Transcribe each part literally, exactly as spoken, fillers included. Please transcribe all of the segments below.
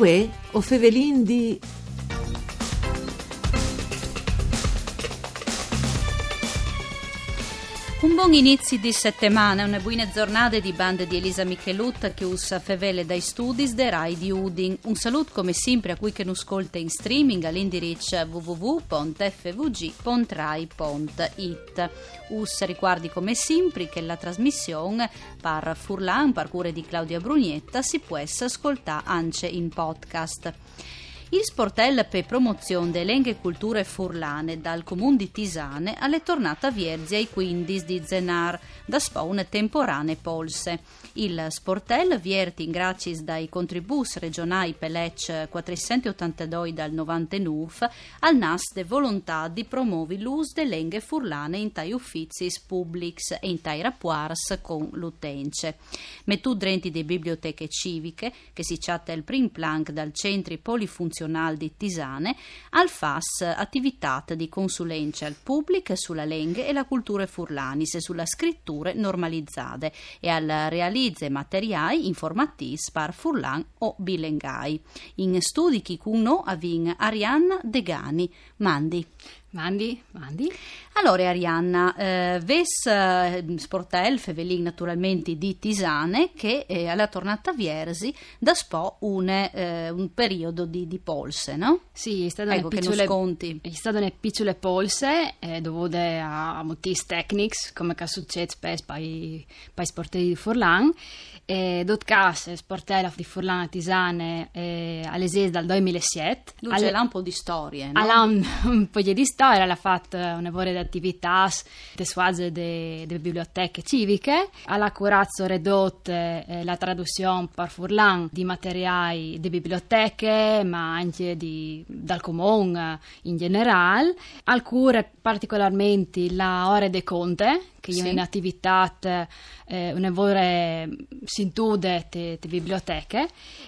Uè, o fevelin di... Un buon inizio di settimana, una buona giornata di bande di Elisa Michelut che us fevele dai studi de Rai di Udin. Un saluto come sempre a cui che nu ascolta in streaming all'indirizzo w w w punto f v g punto rai punto i t. Us ricordi come sempre che la trasmissione par Furlan, par cure di Claudia Brugnetta, si può ascoltare anche in podcast. Il sportello per promozione delle lingue culture furlane dal comune di Tisane alle tornata Vierzia ai quindici di Zenar da spawn temporanee polse. Il sportello vierte in grazie dai contribus regionali Pelec quattrocentottantadue dal novantanove al nas de volontà di promuovere l'uso delle lingue furlane in tai uffizi publics e in tai rapporti con l'utenze. Metù drenti de biblioteche civiche che si chatta il prim plank dal centri polifunzionali di Tisane al F A S attività di consulenza al pubblico sulla lingue e la cultura furlanis e sulla scritture normalizzate e al realizze materiali informativi par furlan o bilengai. In studi chi cuno avin Arianna Degani. Mandi. Mandi, mandi. Allora Arianna, eh, ves eh, sportel fevelin naturalmente di Tisane che eh, alla tornata Viersi da spo un, eh, un periodo di, di polse, no? Sì, è stato ecco, una piccole, sconti. È stato una piccole polse eh, dovute a, a motivi tecnici come che succede spesso per i sportelli di Furlan. E dot caso sportello di Furlan a Tisane eh, all'esiste dal duemilasette. Lui c'è là un po' di storie, no? Ha un, un po' di storia, ha fatto una serie di attività de suage delle biblioteche civiche, ha curato ridotte eh, la traduzione per Furlan di materiali di biblioteche, ma anche di, dal comune in generale, ha cura particolarmente la Ore de Conte, che sì. È un'attività eh, una vera sintude di biblioteche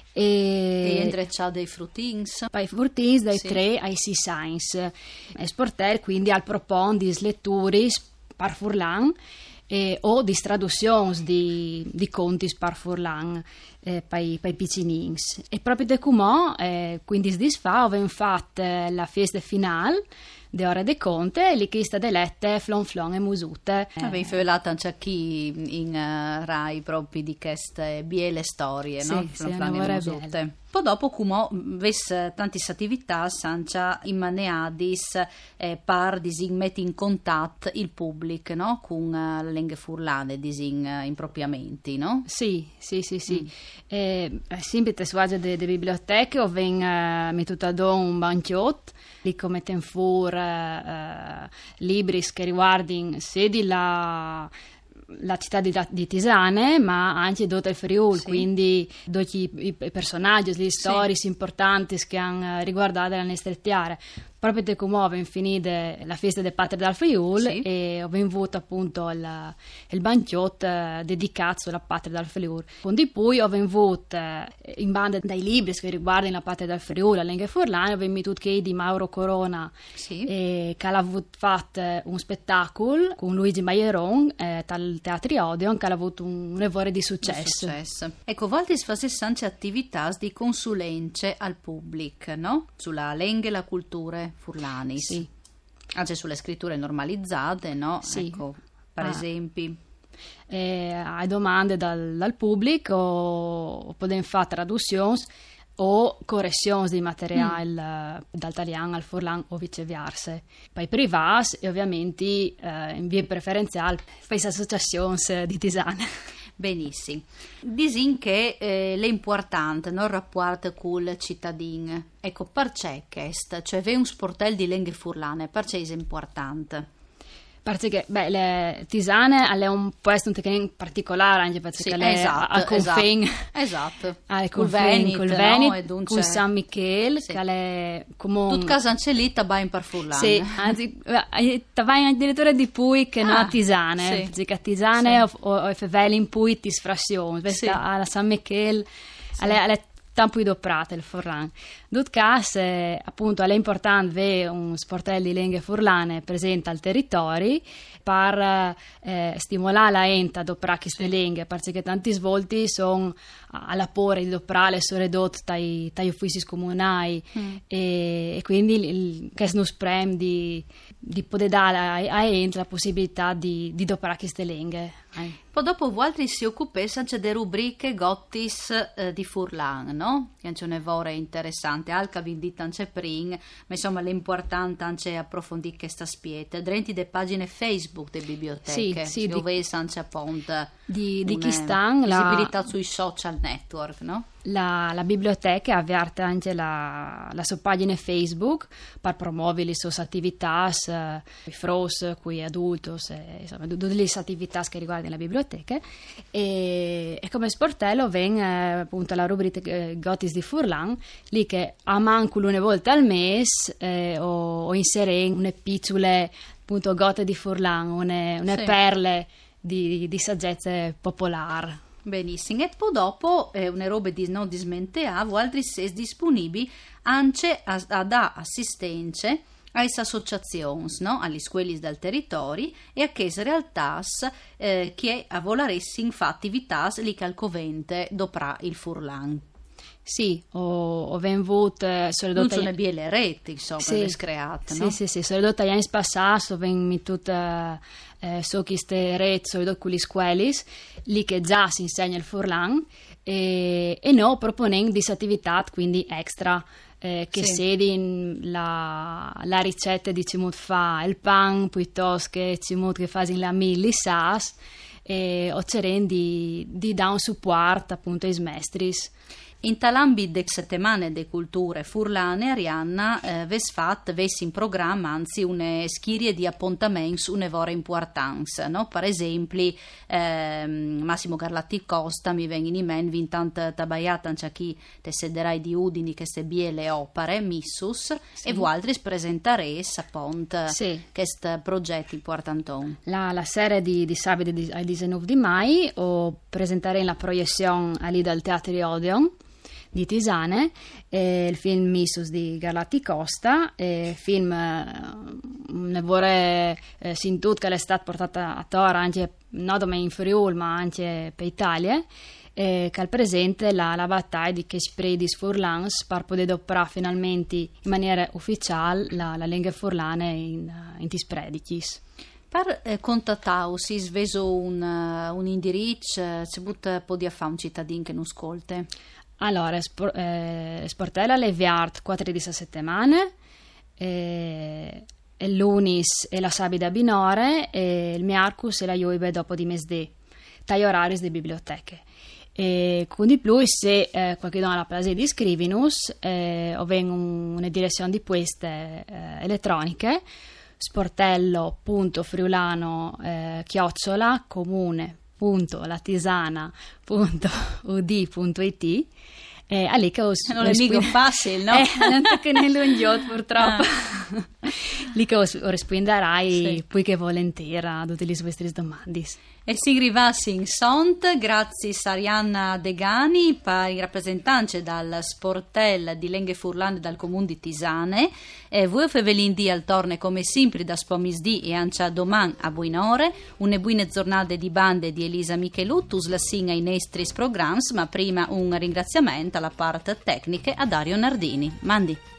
e intreccia dei fruttins dai fruttins dai sì. tre ai sei science e sportel quindi al propon di letture par Furlan eh, o di traduzioni di, di conti par Furlan eh, per i piccinins e proprio da Cumò eh, quindi disfa avevamo fatto la festa finale de Ore de Conte e lì che sta delette flon flon e musute. Avevi fevelata anche chi in uh, Rai proprio di queste biele storie, sì, no? Flon sì, flon e musute. Poi dopo come ves tanti attività sancia immaneadis eh, par disin metti in contatto il pubblico, no? Con uh, le lingue furlane disin uh, impropriamenti, no? Sì, sì, sì, sì. Mm. Eh, sempre te suage de, de biblioteche o ven uh, mettuto ad un banchiot lì come ten fur uh, libri che riguardino sia di la la città di, di Tisane ma anche dopo il Friuli, sì. Quindi dopo i, i personaggi, le storie sì. Importanti che hanno riguardato la nostra terra. Proprio te come ho finito la festa del Patria dal Friuli sì. E ho avuto appunto il, il banchiotto dedicato alla Patria dal Friuli. Quindi poi ho avuto in banda dai libri che riguardano la Patria dal Friuli, la lingua furlana, ho avuto che di Mauro Corona sì. E che ha fatto un spettacolo con Luigi Maieron eh, dal Teatri Odeon che ha avuto un evore di successo. Di successo. Ecco, volte si fa anche attività di consulenze al pubblico, no? Sulla lingua e la cultura furlanis, sì. Anche sulle scritture normalizzate, no? Sì. Ecco, per ah. esempio. Eh, hai domande dal, dal pubblico o possiamo fare traduzioni o correzioni di materiale mm. dall'italiano al furlan o viceversa. Poi privati e ovviamente eh, in via preferenziale per le associazioni di Tisane. Benissimo. Disin che eh, l'importante non rapporto con il cittadino. Ecco, perché questo? Cioè, è un sportello di lingue furlane, perché è importante? Perché beh, le Tisane è un posto un tecnico particolare anche perché sì, lei esatto, al confine esatto al confine col Veneto, no? Con San Michele sì. Che è come tut casa ancelita va in par Furlan. Sì, anzi vai addirittura di Pui che ah, non a Tisane, sì. Perché a Tisane sì. o, o, o feveli in Pui ti sfrassione, sì. Alla San Michele sì. alle, alle tempo doprate il furlan. Dut cas, eh, appunto, è importante avere un sportello di lingue furlane presente al territorio per eh, stimolare la ente a doprare queste lingue, perché tanti svolti sono alla porra di doprare sono ridotte dai, dai uffici comunali mm. e, e quindi il, che non sprem di, di poter dare a, a ente la possibilità di, di doprare queste lingue. Eh. Poi dopo Waltri si occupesse anche delle rubriche Gottis eh, di Furlan, no? Che anche un'evore interessante, Alca vindita anche pring, ma insomma l'importante anche approfondire questa spiete. Drenti le pagine Facebook delle biblioteche, sì, sì, dove è anche appunto di, di chi stan visibilità la... sui social network, no? La, la biblioteca ha avviato anche la, la sua pagina Facebook per promuovere le sue attività, eh, i fros, qui adulti, eh, insomma, tutte le attività che riguardano la biblioteca. E, e come sportello viene eh, appunto la rubrica eh, Gottis di Furlan, lì che a manco una volta al mese eh, o, o inserire une piccole appunto gote di Furlan, une, une sì. perle di, di saggezza popolare. Benissimo, e poi dopo eh, una roba di non dismenteavo, altri sei disponibili anche a, a dare assistenza alle associazioni, no? Agli scuoli del territorio e a che realtà eh, che a voleressi infatti attività lì che al covente doprà il Furlan. Sì, ho, ho venuto eh, non sono le biele reti, insomma, sì, le screate, no? Sì, sì, sì, sono ridotta gli anni passati, ho venuto tutta eh, so queste reti, sono ridotte con gli scuoli, lì che già si insegna il Furlan, e, e no, proponendo queste attività, quindi extra, eh, che sì. sedi la, la ricetta di Cimut fa il pan, piuttosto che Cimut che fa in la milli sas, e ho cercato di, di dare un supporto appunto ai maestri. In tal'ambito delle settimane de culture furlane, Arianna eh, vesfat vessi in programma anzi une schirie di appuntamenti un'evora importanza, no? Per esempio eh, Massimo Garlatti Costa mi vengono in mente vintant tabaiata anche chi te sederai di Udini che se bie le opere Missus sì. e Vualdris presentaresse appunto sì. questo progetto importante. La, la serie di, di sabato al diciannove di maggio o presenterei la proiezione lì dal Teatro Odeon di Tisane, eh, il film Missus di Garlatti Costa, eh, film eh, ne vorrei eh, sin tutto che è stato portata a Tora anche non solo in Friuli ma anche per Italia, eh, che al presente la, la battaglia di che spredis Furlans per poter doprare finalmente in maniera ufficiale la, la lingua furlane in, in tispredichis. Per eh, contattare si sveso un, uh, un indirizzo, c'è un po' di affare un cittadino che non ascolta. Allora, spor- eh, sportella le viart quattro di settimane, eh, il lunis e la sabida binore e il miarcus e la ioibe dopo di mesdì, tai oraris di biblioteche. E quindi più se eh, qualcuno ha la plase di scrivinus eh, o vengono un, una direzione di queste eh, elettroniche sportello punto friulano eh, chiocciola comune punto latisana punto u d punto i t eh, lì che ho non è mica facile, no? Eh, non tocca nell'unghiot purtroppo. Ah. Lì che ho risponderai sì. poi che volentieri a tutte le vostre domande. E si arrivasse in sont, grazie a Arianna Degani, per i rappresentanti dal sportel di Lenghe Furlane dal comune di Tisane. E voi fevelindì al torne come sempre da spomisdì e ancia doman a buonore. Une buone giornate di bande di Elisa Micheluttus, la signa in estris programs, ma prima un ringraziamento alla parte tecniche a Dario Nardini. Mandi.